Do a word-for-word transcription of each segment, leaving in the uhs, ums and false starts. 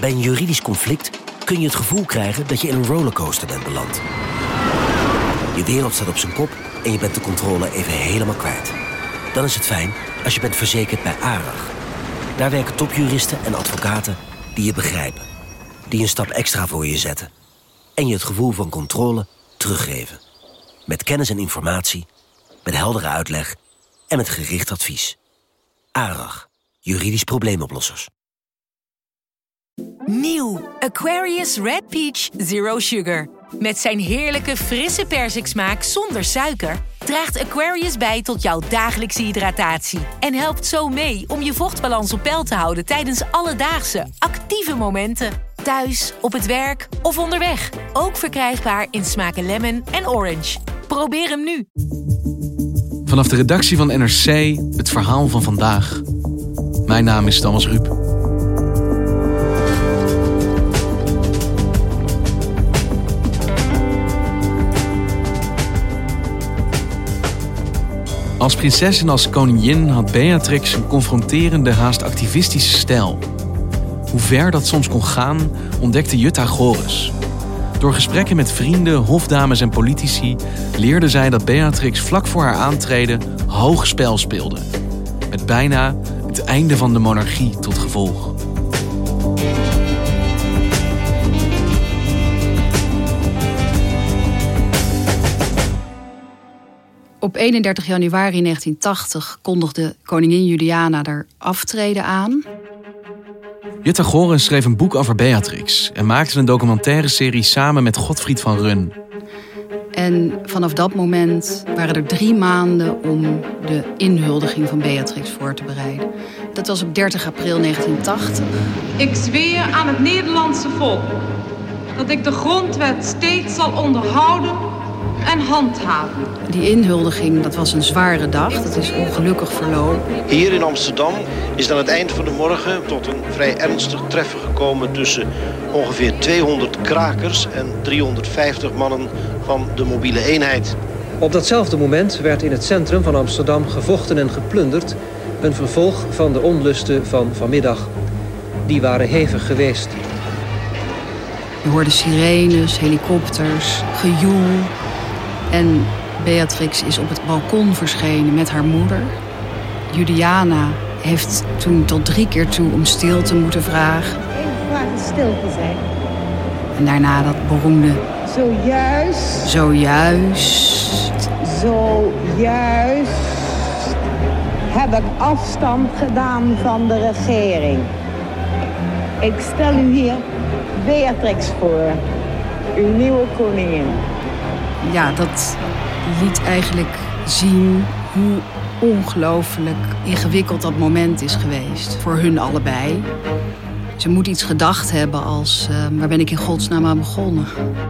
Bij een juridisch conflict kun je het gevoel krijgen dat je in een rollercoaster bent beland. Je wereld staat op zijn kop en je bent de controle even helemaal kwijt. Dan is het fijn als je bent verzekerd bij ARAG. Daar werken topjuristen en advocaten die je begrijpen. Die een stap extra voor je zetten. En je het gevoel van controle teruggeven. Met kennis en informatie, met heldere uitleg en met gericht advies. ARAG, juridisch probleemoplossers. Nieuw Aquarius Red Peach Zero Sugar. Met zijn heerlijke frisse persiksmaak zonder suiker draagt Aquarius bij tot jouw dagelijkse hydratatie. En helpt zo mee om je vochtbalans op peil te houden tijdens alledaagse, actieve momenten. Thuis, op het werk of onderweg. Ook verkrijgbaar in smaken lemon en orange. Probeer hem nu. Vanaf de redactie van N R C, het verhaal van vandaag. Mijn naam is Thomas Ruip. Als prinses en als koningin had Beatrix een confronterende, haast activistische stijl. Hoe ver dat soms kon gaan, ontdekte Jutta Gores. Door gesprekken met vrienden, hofdames en politici leerde zij dat Beatrix vlak voor haar aantreden hoog spel speelde. Met bijna het einde van de monarchie tot gevolg. Op eenendertig januari negentien tachtig kondigde koningin Juliana haar aftreden aan. Jutta Gores schreef een boek over Beatrix en maakte een documentaire serie samen met Godfried van Run. En vanaf dat moment waren er drie maanden om de inhuldiging van Beatrix voor te bereiden. Dat was op dertig april negentien tachtig. Ik zweer aan het Nederlandse volk dat ik de grondwet steeds zal onderhouden en handhaven. Die inhuldiging, dat was een zware dag. Dat is ongelukkig verlopen. Hier in Amsterdam is aan het eind van de morgen tot een vrij ernstig treffen gekomen tussen ongeveer tweehonderd krakers en driehonderdvijftig mannen van de mobiele eenheid. Op datzelfde moment werd in het centrum van Amsterdam gevochten en geplunderd. Een vervolg van de onlusten van vanmiddag. Die waren hevig geweest. Je hoorde sirenes, helikopters, gejoel. En Beatrix is op het balkon verschenen met haar moeder. Juliana heeft toen tot drie keer toe om stilte moeten vragen. Even vragen stil te zijn. En daarna dat beroemde... Zojuist. Zojuist. Zojuist heb ik afstand gedaan van de regering. Ik stel u hier Beatrix voor, uw nieuwe koningin. Ja, dat liet eigenlijk zien hoe ongelooflijk ingewikkeld dat moment is geweest. Voor hun allebei. Ze moet iets gedacht hebben als, uh, waar ben ik in godsnaam aan begonnen?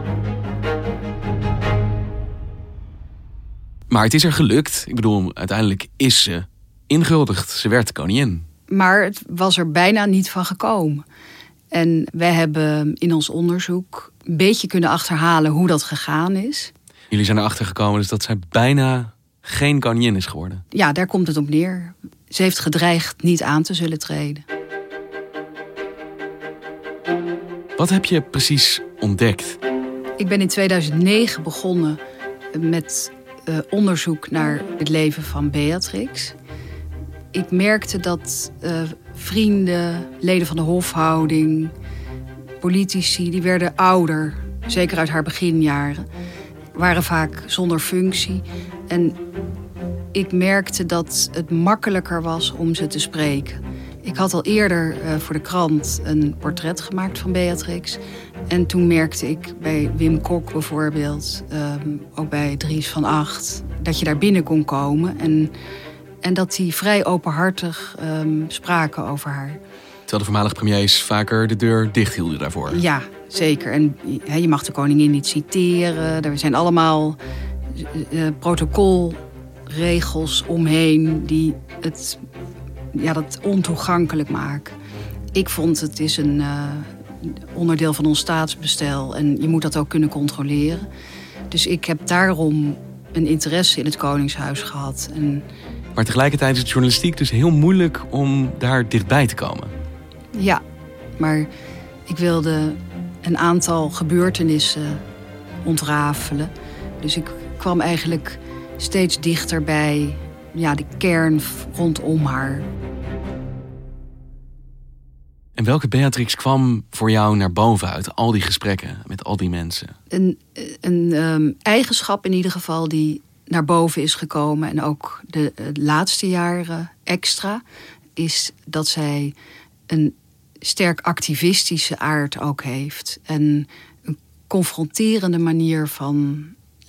Maar het is er gelukt. Ik bedoel, uiteindelijk is ze ingehuldigd. Ze werd koningin. Maar het was er bijna niet van gekomen. En wij hebben in ons onderzoek een beetje kunnen achterhalen hoe dat gegaan is. Jullie zijn erachter gekomen dus dat zij bijna geen koningin is geworden. Ja, daar komt het op neer. Ze heeft gedreigd niet aan te zullen treden. Wat heb je precies ontdekt? Ik ben in tweeduizend negen begonnen met uh, onderzoek naar het leven van Beatrix. Ik merkte dat uh, vrienden, leden van de hofhouding, politici, die werden ouder. Zeker uit haar beginjaren. Waren vaak zonder functie. En ik merkte dat het makkelijker was om ze te spreken. Ik had al eerder uh, voor de krant een portret gemaakt van Beatrix. En toen merkte ik bij Wim Kok bijvoorbeeld, um, ook bij Dries van Acht, dat je daar binnen kon komen. En, en dat die vrij openhartig um, spraken over haar. Terwijl de voormalige premiers vaker de deur dicht hielden daarvoor. Ja, zeker. En he, je mag de koningin niet citeren. Er zijn allemaal uh, protocolregels omheen die het, ja, dat ontoegankelijk maken. Ik vond het is een uh, onderdeel van ons staatsbestel en je moet dat ook kunnen controleren. Dus ik heb daarom een interesse in het Koningshuis gehad. En... Maar tegelijkertijd is het journalistiek dus heel moeilijk om daar dichtbij te komen. Ja, maar Ik wilde een aantal gebeurtenissen ontrafelen. Dus ik kwam eigenlijk steeds dichter bij ja, de kern rondom haar. En welke Beatrix kwam voor jou naar boven uit al die gesprekken met al die mensen? Een, een um, eigenschap in ieder geval die naar boven is gekomen... en ook de, de laatste jaren extra... is dat zij een sterk activistische aard ook heeft. En een confronterende manier van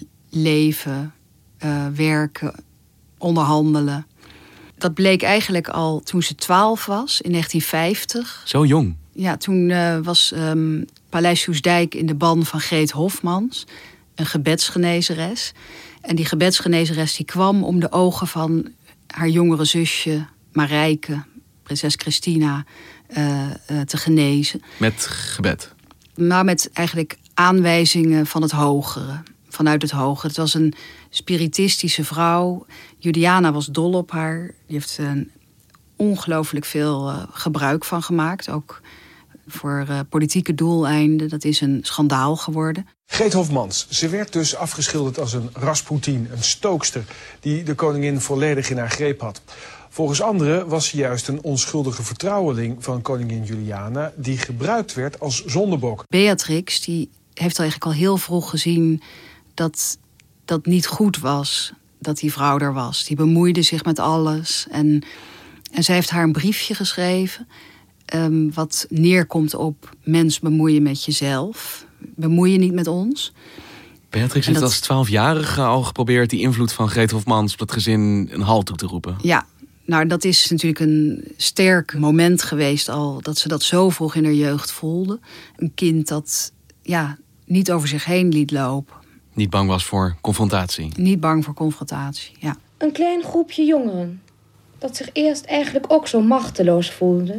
leven, uh, werken, onderhandelen. Dat bleek eigenlijk al toen ze twaalf was, in negentien vijftig. Zo jong? Ja, toen uh, was um, Paleis Soestdijk in de ban van Greet Hofmans, een gebedsgenezeres. En die gebedsgenezeres die kwam om de ogen van haar jongere zusje Marijke, prinses Christina, uh, uh, te genezen. Met gebed? Maar met eigenlijk aanwijzingen van het hogere, vanuit het hogere. Het was een spiritistische vrouw. Juliana was dol op haar. Die heeft er ongelooflijk veel uh, gebruik van gemaakt. Ook voor uh, politieke doeleinden. Dat is een schandaal geworden. Greet Hofmans, ze werd dus afgeschilderd als een Rasputin, een stookster... die de koningin volledig in haar greep had. Volgens anderen was ze juist een onschuldige vertrouweling van koningin Juliana... die gebruikt werd als zondebok. Beatrix die heeft eigenlijk al heel vroeg gezien dat dat niet goed was... dat die vrouw er was. Die bemoeide zich met alles. En, en zij heeft haar een briefje geschreven... Um, wat neerkomt op mens bemoeien met jezelf. Bemoei je niet met ons. Beatrix heeft dat als twaalfjarige al geprobeerd... die invloed van Greet Hofmans op dat gezin een halt toe te roepen. Ja, nou dat is natuurlijk een sterk moment geweest al... dat ze dat zo vroeg in haar jeugd voelde. Een kind dat ja, niet over zich heen liet lopen. Niet bang was voor confrontatie. Niet bang voor confrontatie, ja. Een klein groepje jongeren... dat zich eerst eigenlijk ook zo machteloos voelde...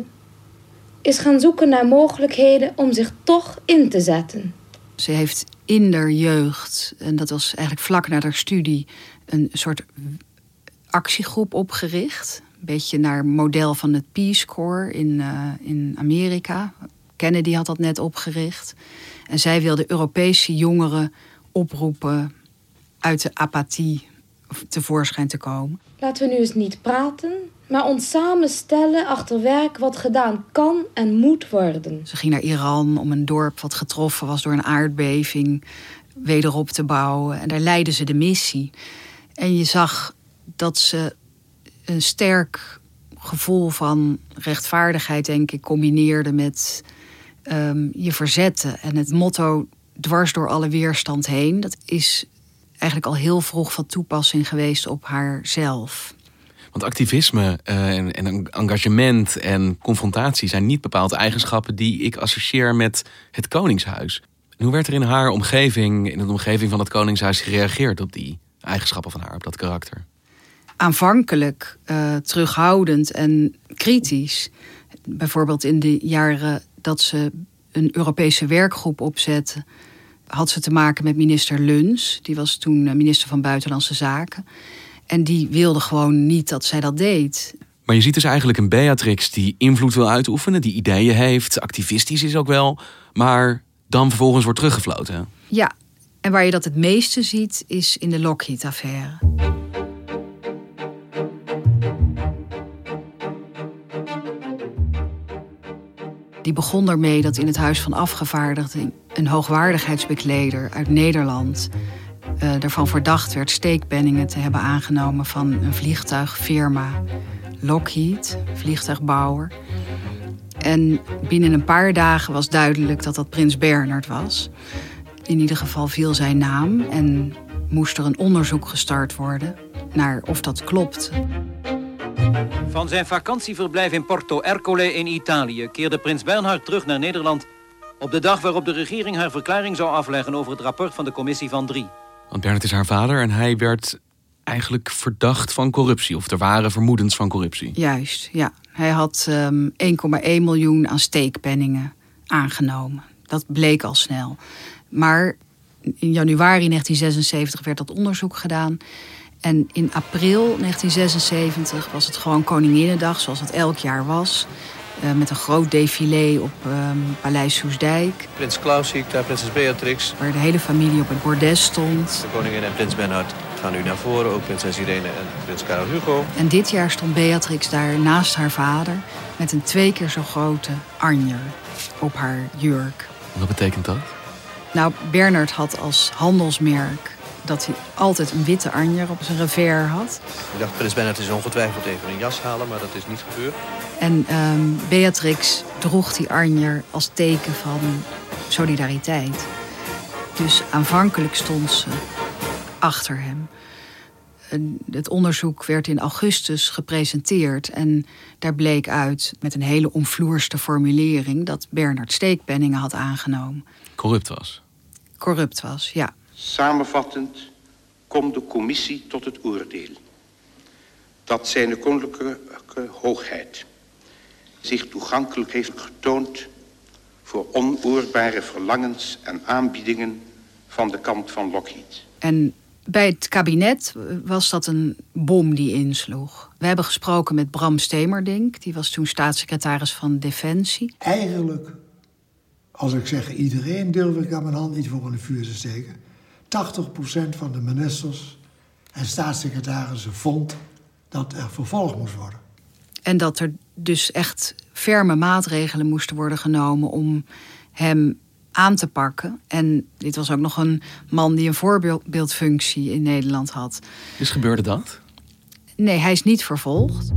is gaan zoeken naar mogelijkheden om zich toch in te zetten. Ze heeft in haar jeugd, en dat was eigenlijk vlak na haar studie... een soort actiegroep opgericht. Een beetje naar model van het Peace Corps in, uh, in Amerika. Kennedy had dat net opgericht. En zij wilde Europese jongeren oproepen uit de apathie tevoorschijn te komen. Laten we nu eens niet praten... maar ons samenstellen achter werk wat gedaan kan en moet worden. Ze ging naar Iran om een dorp wat getroffen was door een aardbeving wederop te bouwen. En daar leidde ze de missie. En je zag dat ze een sterk gevoel van rechtvaardigheid, denk ik, combineerde met um, je verzetten. En het motto dwars door alle weerstand heen, dat is eigenlijk al heel vroeg van toepassing geweest op haarzelf. Want activisme uh, en, en engagement en confrontatie zijn niet bepaald eigenschappen die ik associeer met het Koningshuis. En hoe werd er in haar omgeving, in de omgeving van het Koningshuis, gereageerd op die eigenschappen van haar, op dat karakter? Aanvankelijk uh, terughoudend en kritisch. Bijvoorbeeld in de jaren dat ze een Europese werkgroep opzette, had ze te maken met minister Luns. Die was toen minister van Buitenlandse Zaken. En die wilde gewoon niet dat zij dat deed. Maar je ziet dus eigenlijk een Beatrix die invloed wil uitoefenen, die ideeën heeft, activistisch is ook wel, maar dan vervolgens wordt teruggefloten. Ja, en waar je dat het meeste ziet is in de Lockheed-affaire. Die begon ermee dat in het Huis van Afgevaardigden een hoogwaardigheidsbekleder uit Nederland Uh, ervan verdacht werd steekpenningen te hebben aangenomen van een vliegtuigfirma Lockheed, vliegtuigbouwer. En binnen een paar dagen was duidelijk dat dat prins Bernhard was. In ieder geval viel zijn naam en moest er een onderzoek gestart worden naar of dat klopt. Van zijn vakantieverblijf in Porto Ercole in Italië keerde prins Bernhard terug naar Nederland op de dag waarop de regering haar verklaring zou afleggen over het rapport van de commissie van drie. Want Bernhard is haar vader en hij werd eigenlijk verdacht van corruptie. Of er waren vermoedens van corruptie. Juist, ja. Hij had um, één komma één miljoen aan steekpenningen aangenomen. Dat bleek al snel. Maar in januari negentien zesenzeventig werd dat onderzoek gedaan. En in april negentien zesenzeventig was het gewoon Koninginnedag, zoals het elk jaar was. Uh, met een groot défilé op uh, Paleis Soestdijk. Prins Klaus zie ik daar, prinses Beatrix. Waar de hele familie op het bordes stond. De koningin en prins Bernhard gaan nu naar voren, ook prinses Irene en prins Karel Hugo. En dit jaar stond Beatrix daar naast haar vader met een twee keer zo grote anjer op haar jurk. Wat betekent dat? Nou, Bernhard had als handelsmerk dat hij altijd een witte anjer op zijn revers had. Ik dacht, prins Bernhard is ongetwijfeld even een jas halen, maar dat is niet gebeurd. En um, Beatrix droeg die anjer als teken van solidariteit. Dus aanvankelijk stond ze achter hem. Het onderzoek werd in augustus gepresenteerd en daar bleek uit met een hele omvloerste formulering dat Bernhard steekpenningen had aangenomen. Corrupt was? Corrupt was, ja. Samenvattend komt de commissie tot het oordeel dat zijn koninklijke hoogheid zich toegankelijk heeft getoond voor onoorbare verlangens en aanbiedingen van de kant van Lockheed. En bij het kabinet was dat een bom die insloeg. We hebben gesproken met Bram Stemerdink, die was toen staatssecretaris van Defensie. Eigenlijk, als ik zeg iedereen, durf ik aan mijn hand niet voor in het vuur te steken. tachtig procent van de ministers en staatssecretarissen vond dat er vervolgd moest worden. En dat er dus echt ferme maatregelen moesten worden genomen om hem aan te pakken. En dit was ook nog een man die een voorbeeldfunctie in Nederland had. Dus gebeurde dat? Nee, hij is niet vervolgd.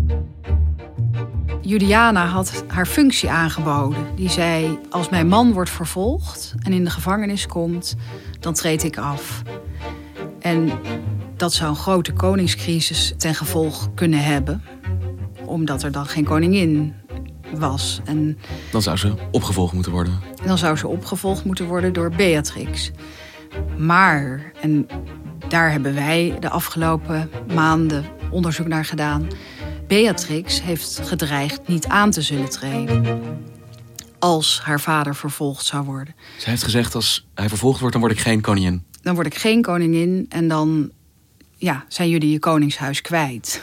Juliana had haar functie aangeboden. Die zei, als mijn man wordt vervolgd en in de gevangenis komt, dan treed ik af. En dat zou een grote koningscrisis ten gevolg kunnen hebben, omdat er dan geen koningin was. En dan zou ze opgevolgd moeten worden. En dan zou ze opgevolgd moeten worden door Beatrix. Maar, en daar hebben wij de afgelopen maanden onderzoek naar gedaan, Beatrix heeft gedreigd niet aan te zullen treden als haar vader vervolgd zou worden. Zij heeft gezegd, als hij vervolgd wordt, dan word ik geen koningin. Dan word ik geen koningin en dan ja, zijn jullie je koningshuis kwijt.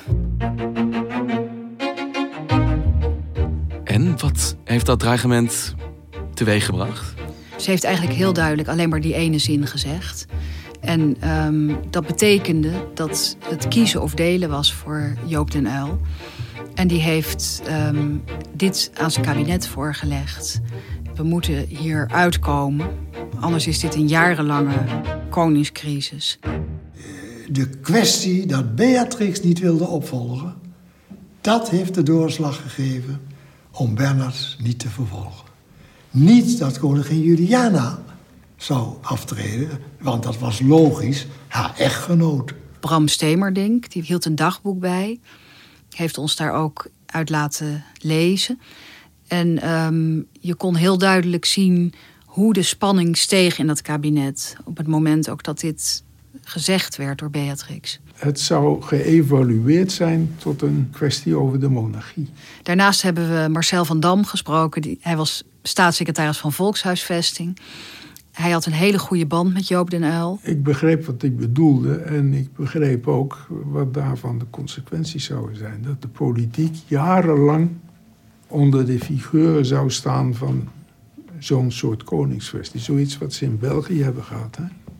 En wat heeft dat dreigement teweeggebracht? Ze heeft eigenlijk heel duidelijk alleen maar die ene zin gezegd. En um, dat betekende dat het kiezen of delen was voor Joop den Uyl. En die heeft um, dit aan zijn kabinet voorgelegd. We moeten hier uitkomen, anders is dit een jarenlange koningscrisis. De kwestie dat Beatrix niet wilde opvolgen, dat heeft de doorslag gegeven om Bernhard niet te vervolgen. Niet dat koningin Juliana zou aftreden, want dat was logisch, haar echtgenoot. Bram Stemerdink, die hield een dagboek bij, heeft ons daar ook uit laten lezen. En um, je kon heel duidelijk zien hoe de spanning steeg in dat kabinet, op het moment ook dat dit gezegd werd door Beatrix. Het zou geëvalueerd zijn tot een kwestie over de monarchie. Daarnaast hebben we Marcel van Dam gesproken. Die, hij was staatssecretaris van Volkshuisvesting. Hij had een hele goede band met Joop den Uyl. Ik begreep wat ik bedoelde en ik begreep ook wat daarvan de consequenties zouden zijn. Dat de politiek jarenlang onder de figuren zou staan van zo'n soort koningskwestie. Zoiets wat ze in België hebben gehad, hè?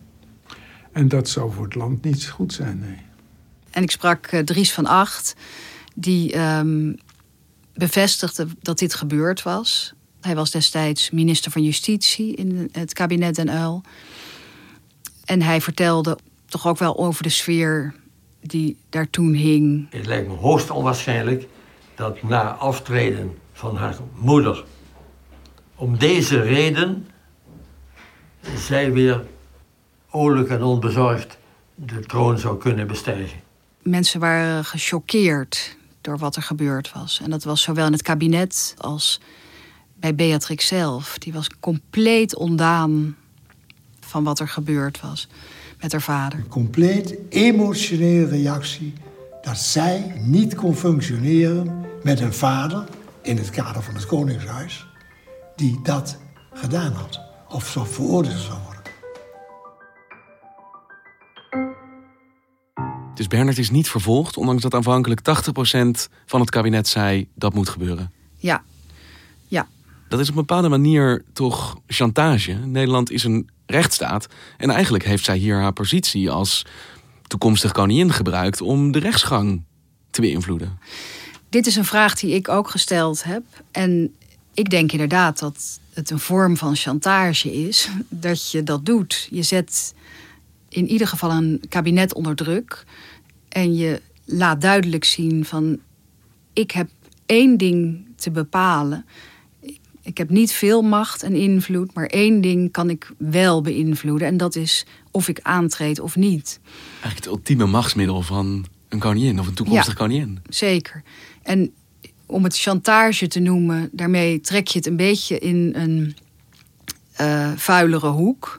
En dat zou voor het land niet goed zijn, nee. En ik sprak uh, Dries van Acht, die um, bevestigde dat dit gebeurd was. Hij was destijds minister van Justitie in het kabinet Den Uyl. En hij vertelde toch ook wel over de sfeer die daar toen hing. Het lijkt me hoogst onwaarschijnlijk dat na aftreden van haar moeder, om deze reden, zij weer oorlijk en onbezorgd de troon zou kunnen bestijgen. Mensen waren gechoqueerd door wat er gebeurd was. En dat was zowel in het kabinet als bij Beatrix zelf. Die was compleet ontdaan van wat er gebeurd was met haar vader. Een compleet emotionele reactie dat zij niet kon functioneren met een vader in het kader van het Koningshuis die dat gedaan had of zo veroordeeld zou worden. Dus Bernhard is niet vervolgd, ondanks dat aanvankelijk tachtig procent van het kabinet zei dat moet gebeuren. Ja, Dat is op een bepaalde manier toch chantage. Nederland is een rechtsstaat. En eigenlijk heeft zij hier haar positie als toekomstig koningin gebruikt om de rechtsgang te beïnvloeden. Dit is een vraag die ik ook gesteld heb. En ik denk inderdaad dat het een vorm van chantage is. Dat je dat doet. Je zet in ieder geval een kabinet onder druk. En je laat duidelijk zien van... ik heb één ding te bepalen. Ik heb niet veel macht en invloed, maar één ding kan ik wel beïnvloeden. En dat is of ik aantreed of niet. Eigenlijk het ultieme machtsmiddel van een koningin of een toekomstig ja, koningin. Zeker. En om het chantage te noemen, daarmee trek je het een beetje in een uh, vuilere hoek.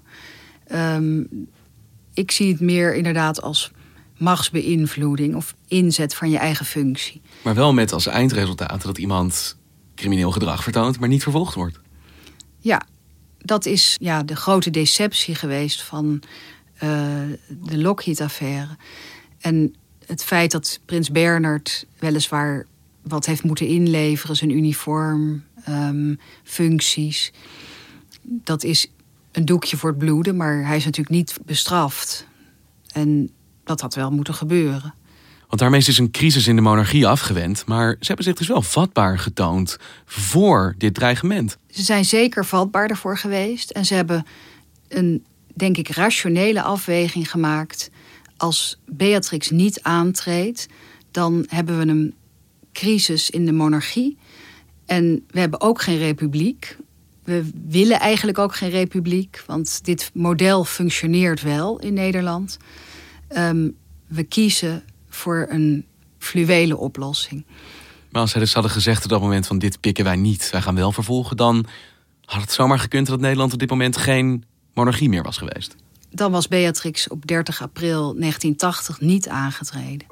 Um, ik zie het meer inderdaad als machtsbeïnvloeding of inzet van je eigen functie. Maar wel met als eindresultaat dat iemand crimineel gedrag vertoont, maar niet vervolgd wordt. Ja, dat is ja, de grote deceptie geweest van uh, de Lockheed-affaire. En het feit dat prins Bernhard weliswaar wat heeft moeten inleveren, zijn uniform, um, functies, dat is een doekje voor het bloeden, maar hij is natuurlijk niet bestraft. En dat had wel moeten gebeuren. Want daarmee is een crisis in de monarchie afgewend, maar ze hebben zich dus wel vatbaar getoond voor dit dreigement. Ze zijn zeker vatbaar ervoor geweest en ze hebben een, denk ik, rationele afweging gemaakt. Als Beatrix niet aantreedt, dan hebben we een crisis in de monarchie. En we hebben ook geen republiek. We willen eigenlijk ook geen republiek, want dit model functioneert wel in Nederland. Um, we kiezen voor een fluwele oplossing. Maar als zij dus hadden gezegd op dat moment van dit pikken wij niet, wij gaan wel vervolgen, dan had het zomaar gekund dat Nederland op dit moment geen monarchie meer was geweest. Dan was Beatrix op dertig april negentien tachtig niet aangetreden.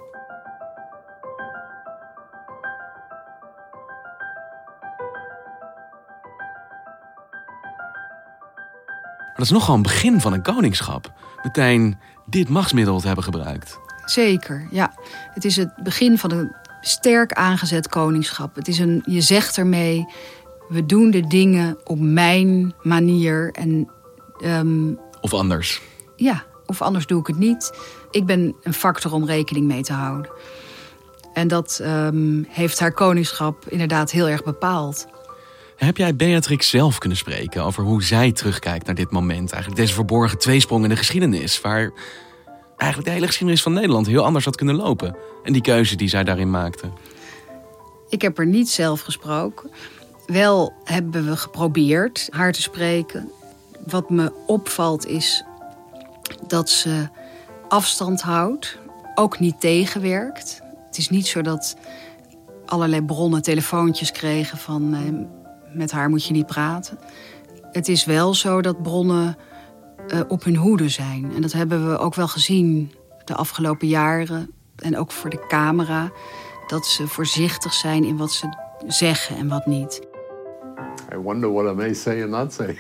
Maar dat is nogal een begin van een koningschap. Meteen dit machtsmiddel te hebben gebruikt. Zeker, ja. Het is het begin van een sterk aangezet koningschap. Het is een, je zegt ermee, we doen de dingen op mijn manier. En, um, of anders. Ja, of anders doe ik het niet. Ik ben een factor om rekening mee te houden. En dat um, heeft haar koningschap inderdaad heel erg bepaald. Heb jij Beatrix zelf kunnen spreken over hoe zij terugkijkt naar dit moment? Eigenlijk deze verborgen tweesprong in de geschiedenis, waar eigenlijk de hele geschiedenis van Nederland heel anders had kunnen lopen. En die keuze die zij daarin maakte. Ik heb er niet zelf gesproken. Wel hebben we geprobeerd haar te spreken. Wat me opvalt is dat ze afstand houdt, ook niet tegenwerkt. Het is niet zo dat allerlei bronnen telefoontjes kregen van eh, met haar moet je niet praten. Het is wel zo dat bronnen uh, op hun hoede zijn. En dat hebben we ook wel gezien de afgelopen jaren. En ook voor de camera. Dat ze voorzichtig zijn in wat ze zeggen en wat niet. I wonder what I may say and not say.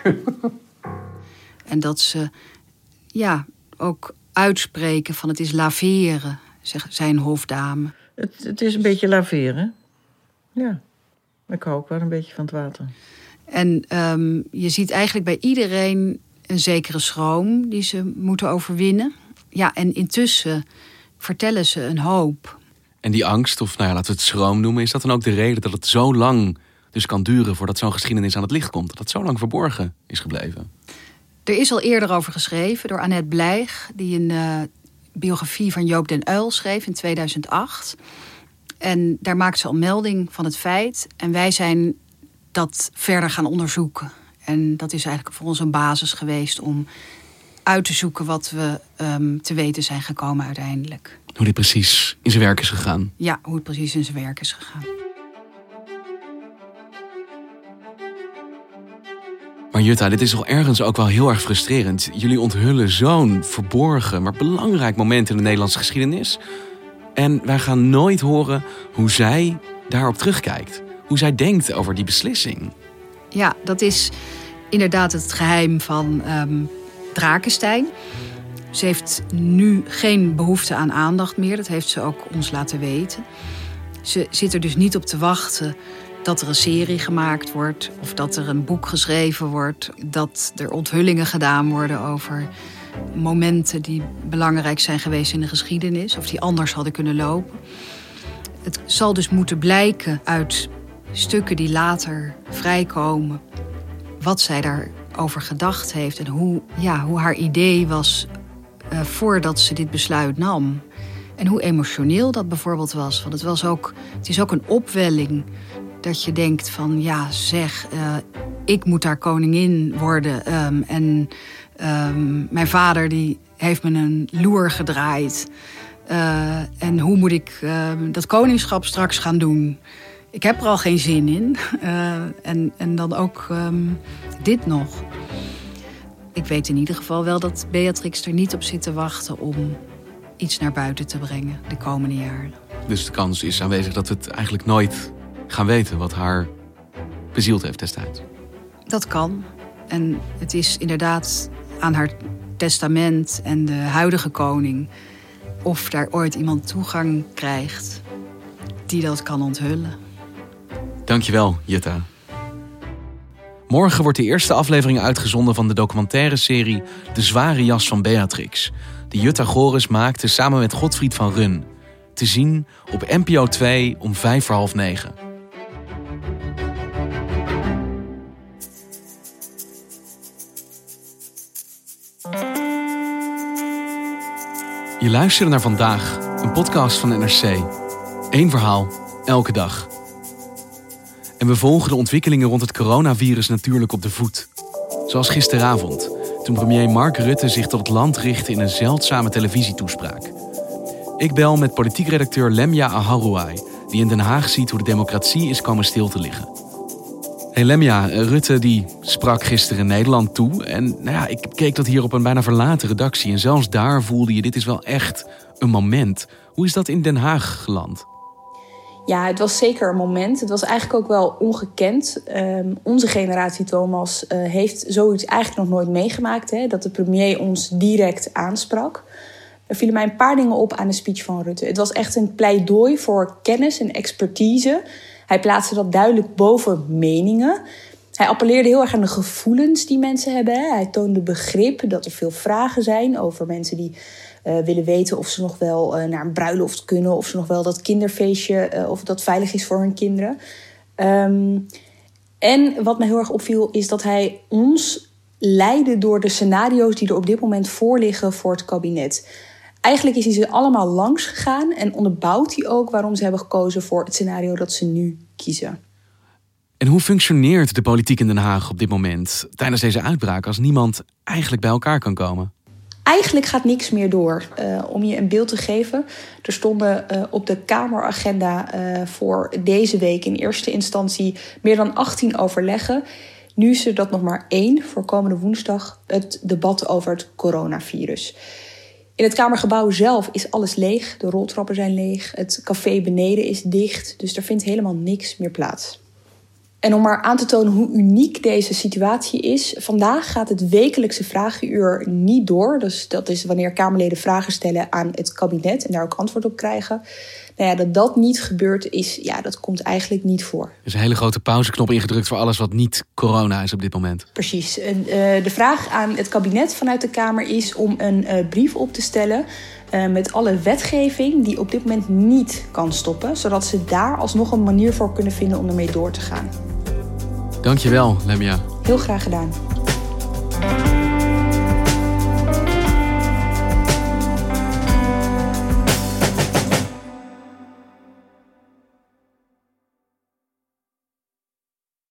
En dat ze ja, ook uitspreken van het is laveren, zijn hofdame. Het, het is een beetje laveren. Ja, ik hou ook wel een beetje van het water. En um, je ziet eigenlijk bij iedereen een zekere schroom die ze moeten overwinnen. Ja, en intussen vertellen ze een hoop. En die angst, of nou ja, laten we het schroom noemen, is dat dan ook de reden dat het zo lang dus kan duren voordat zo'n geschiedenis aan het licht komt? Dat het zo lang verborgen is gebleven? Er is al eerder over geschreven door Annette Blijg, die een uh, biografie van Joop den Uyl schreef in tweeduizend acht. En daar maakt ze al melding van het feit. En wij zijn dat verder gaan onderzoeken. En dat is eigenlijk voor ons een basis geweest om uit te zoeken wat we um, te weten zijn gekomen uiteindelijk. Hoe dit precies in zijn werk is gegaan. Ja, hoe het precies in zijn werk is gegaan. Maar Jutta, dit is toch ergens ook wel heel erg frustrerend. Jullie onthullen zo'n verborgen, maar belangrijk moment in de Nederlandse geschiedenis. En wij gaan nooit horen hoe zij daarop terugkijkt. Hoe zij denkt over die beslissing. Ja, dat is inderdaad het geheim van um, Drakestein. Ze heeft nu geen behoefte aan aandacht meer. Dat heeft ze ook ons laten weten. Ze zit er dus niet op te wachten dat er een serie gemaakt wordt of dat er een boek geschreven wordt, dat er onthullingen gedaan worden over momenten die belangrijk zijn geweest in de geschiedenis of die anders hadden kunnen lopen. Het zal dus moeten blijken uit stukken die later vrijkomen wat zij daarover gedacht heeft en hoe, ja, hoe haar idee was uh, voordat ze dit besluit nam. En hoe emotioneel dat bijvoorbeeld was. Want het, was ook, het is ook een opwelling dat je denkt van ja zeg, uh, ik moet daar koningin worden. Um, en um, mijn vader die heeft me een loer gedraaid. Uh, en hoe moet ik uh, dat koningschap straks gaan doen? Ik heb er al geen zin in. Uh, en, en dan ook um, dit nog. Ik weet in ieder geval wel dat Beatrix er niet op zit te wachten om iets naar buiten te brengen de komende jaren. Dus de kans is aanwezig dat we het eigenlijk nooit gaan weten wat haar bezield heeft destijds. Dat kan. En het is inderdaad aan haar testament en de huidige koning of daar ooit iemand toegang krijgt die dat kan onthullen. Dankjewel, Jutta. Morgen wordt de eerste aflevering uitgezonden van de documentaire serie De Zware Jas van Beatrix, die Jutta Goris maakte samen met Godfried van Run. Te zien op N P O twee om vijf voor half negen. Je luistert naar Vandaag, een podcast van N R C. Eén verhaal, elke dag. En we volgen de ontwikkelingen rond het coronavirus natuurlijk op de voet. Zoals gisteravond, toen premier Mark Rutte zich tot het land richtte in een zeldzame televisietoespraak. Ik bel met politiek redacteur Lemia Aharouai, die in Den Haag ziet hoe de democratie is komen stil te liggen. Hey Lemia, Rutte die sprak gisteren Nederland toe. En nou ja, ik keek dat hier op een bijna verlaten redactie. En zelfs daar voelde je, dit is wel echt een moment. Hoe is dat in Den Haag geland? Ja, het was zeker een moment. Het was eigenlijk ook wel ongekend. Um, onze generatie, Thomas, uh, heeft zoiets eigenlijk nog nooit meegemaakt. Hè, dat de premier ons direct aansprak. Er vielen mij een paar dingen op aan de speech van Rutte. Het was echt een pleidooi voor kennis en expertise. Hij plaatste dat duidelijk boven meningen. Hij appelleerde heel erg aan de gevoelens die mensen hebben. Hè. Hij toonde begrip dat er veel vragen zijn over mensen die uh, willen weten of ze nog wel uh, naar een bruiloft kunnen, of ze nog wel dat kinderfeestje, uh, of dat veilig is voor hun kinderen. Um, en wat me heel erg opviel is dat hij ons leidde door de scenario's die er op dit moment voor liggen voor het kabinet. Eigenlijk is hij ze allemaal langs gegaan en onderbouwt hij ook waarom ze hebben gekozen voor het scenario dat ze nu kiezen. En hoe functioneert de politiek in Den Haag op dit moment tijdens deze uitbraak als niemand eigenlijk bij elkaar kan komen? Eigenlijk gaat niks meer door. Uh, om je een beeld te geven, er stonden uh, op de Kameragenda uh, voor deze week in eerste instantie meer dan achttien overleggen. Nu is er dat nog maar één voor komende woensdag, het debat over het coronavirus. In het Kamergebouw zelf is alles leeg. De roltrappen zijn leeg. Het café beneden is dicht. Dus er vindt helemaal niks meer plaats. En om maar aan te tonen hoe uniek deze situatie is, vandaag gaat het wekelijkse vragenuur niet door. Dus dat is wanneer Kamerleden vragen stellen aan het kabinet en daar ook antwoord op krijgen. Nou ja, dat dat niet gebeurt is, ja, dat komt eigenlijk niet voor. Er is een hele grote pauzeknop ingedrukt voor alles wat niet corona is op dit moment. Precies. En, uh, de vraag aan het kabinet vanuit de Kamer is om een uh, brief op te stellen uh, met alle wetgeving die op dit moment niet kan stoppen, zodat ze daar alsnog een manier voor kunnen vinden om ermee door te gaan. Dankjewel, Lemia. Heel graag gedaan.